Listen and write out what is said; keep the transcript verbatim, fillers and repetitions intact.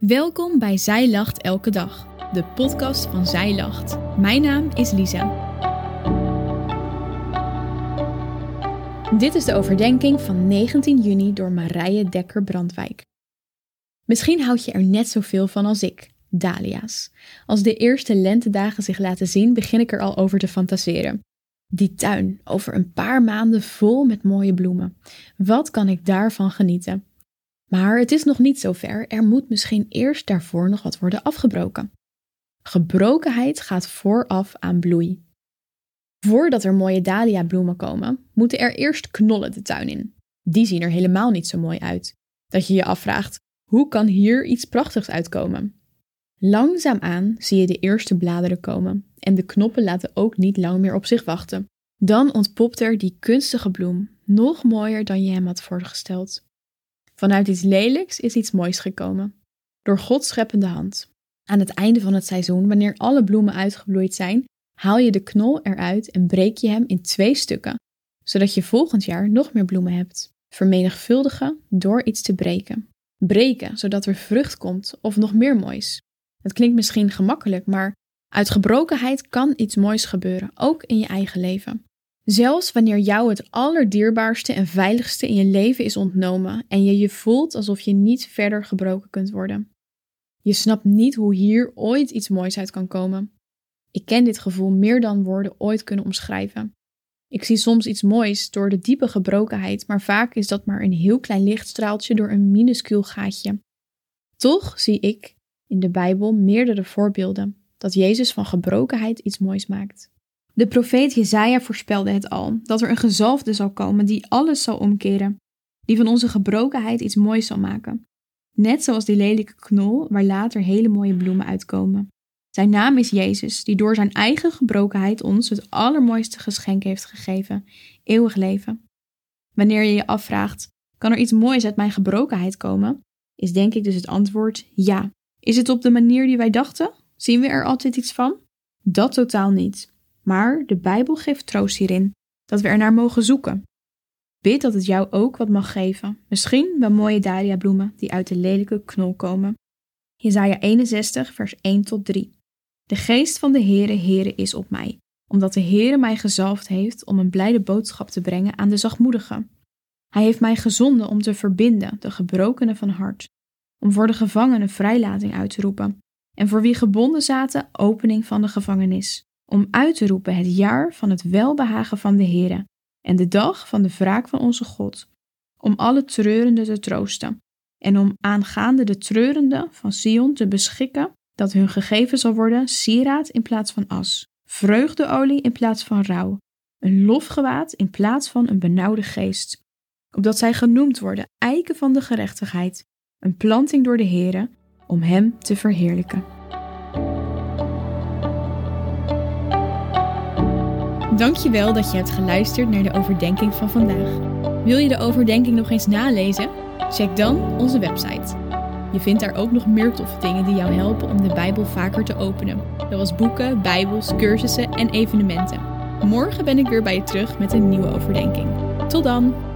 Welkom bij Zij Lacht Elke Dag, de podcast van Zij Lacht. Mijn naam is Lisa. Dit is de overdenking van negentien juni door Marije Dekker-Brandwijk. Misschien houd je er net zoveel van als ik, dahlia's. Als de eerste lentedagen zich laten zien, begin ik er al over te fantaseren. Die tuin, over een paar maanden vol met mooie bloemen. Wat kan ik daarvan genieten? Maar het is nog niet zover, er moet misschien eerst daarvoor nog wat worden afgebroken. Gebrokenheid gaat vooraf aan bloei. Voordat er mooie dahlia-bloemen komen, moeten er eerst knollen de tuin in. Die zien er helemaal niet zo mooi uit. Dat je je afvraagt, hoe kan hier iets prachtigs uitkomen? Langzaamaan zie je de eerste bladeren komen en de knoppen laten ook niet lang meer op zich wachten. Dan ontpopt er die kunstige bloem, nog mooier dan je hem had voorgesteld. Vanuit iets lelijks is iets moois gekomen. Door Gods scheppende hand. Aan het einde van het seizoen, wanneer alle bloemen uitgebloeid zijn, haal je de knol eruit en breek je hem in twee stukken, zodat je volgend jaar nog meer bloemen hebt. Vermenigvuldigen door iets te breken. Breken, zodat er vrucht komt of nog meer moois. Het klinkt misschien gemakkelijk, maar uit gebrokenheid kan iets moois gebeuren, ook in je eigen leven. Zelfs wanneer jou het allerdierbaarste en veiligste in je leven is ontnomen en je je voelt alsof je niet verder gebroken kunt worden. Je snapt niet hoe hier ooit iets moois uit kan komen. Ik ken dit gevoel meer dan woorden ooit kunnen omschrijven. Ik zie soms iets moois door de diepe gebrokenheid, maar vaak is dat maar een heel klein lichtstraaltje door een minuscuul gaatje. Toch zie ik in de Bijbel meerdere voorbeelden dat Jezus van gebrokenheid iets moois maakt. De profeet Jesaja voorspelde het al, dat er een gezalfde zal komen die alles zal omkeren, die van onze gebrokenheid iets moois zal maken. Net zoals die lelijke knol waar later hele mooie bloemen uitkomen. Zijn naam is Jezus, die door zijn eigen gebrokenheid ons het allermooiste geschenk heeft gegeven, eeuwig leven. Wanneer je je afvraagt, kan er iets moois uit mijn gebrokenheid komen? Is denk ik dus het antwoord ja. Is het op de manier die wij dachten? Zien we er altijd iets van? Dat totaal niet. Maar de Bijbel geeft troost hierin, dat we er naar mogen zoeken. Bid dat het jou ook wat mag geven. Misschien wel mooie dahliabloemen die uit de lelijke knol komen. Jesaja eenenzestig, vers één tot drie. De geest van de Heere, Heere is op mij, omdat de Heere mij gezalfd heeft om een blijde boodschap te brengen aan de zachtmoedigen. Hij heeft mij gezonden om te verbinden de gebrokenen van hart, om voor de gevangenen vrijlating uit te roepen, en voor wie gebonden zaten opening van de gevangenis, om uit te roepen het jaar van het welbehagen van de Heere en de dag van de wraak van onze God, om alle treurenden te troosten en om aangaande de treurenden van Sion te beschikken dat hun gegeven zal worden sieraad in plaats van as, vreugdeolie in plaats van rouw, een lofgewaad in plaats van een benauwde geest, opdat zij genoemd worden eiken van de gerechtigheid, een planting door de Heere, om hem te verheerlijken. Dankjewel dat je hebt geluisterd naar de overdenking van vandaag. Wil je de overdenking nog eens nalezen? Check dan onze website. Je vindt daar ook nog meer toffe dingen die jou helpen om de Bijbel vaker te openen. Zoals boeken, bijbels, cursussen en evenementen. Morgen ben ik weer bij je terug met een nieuwe overdenking. Tot dan!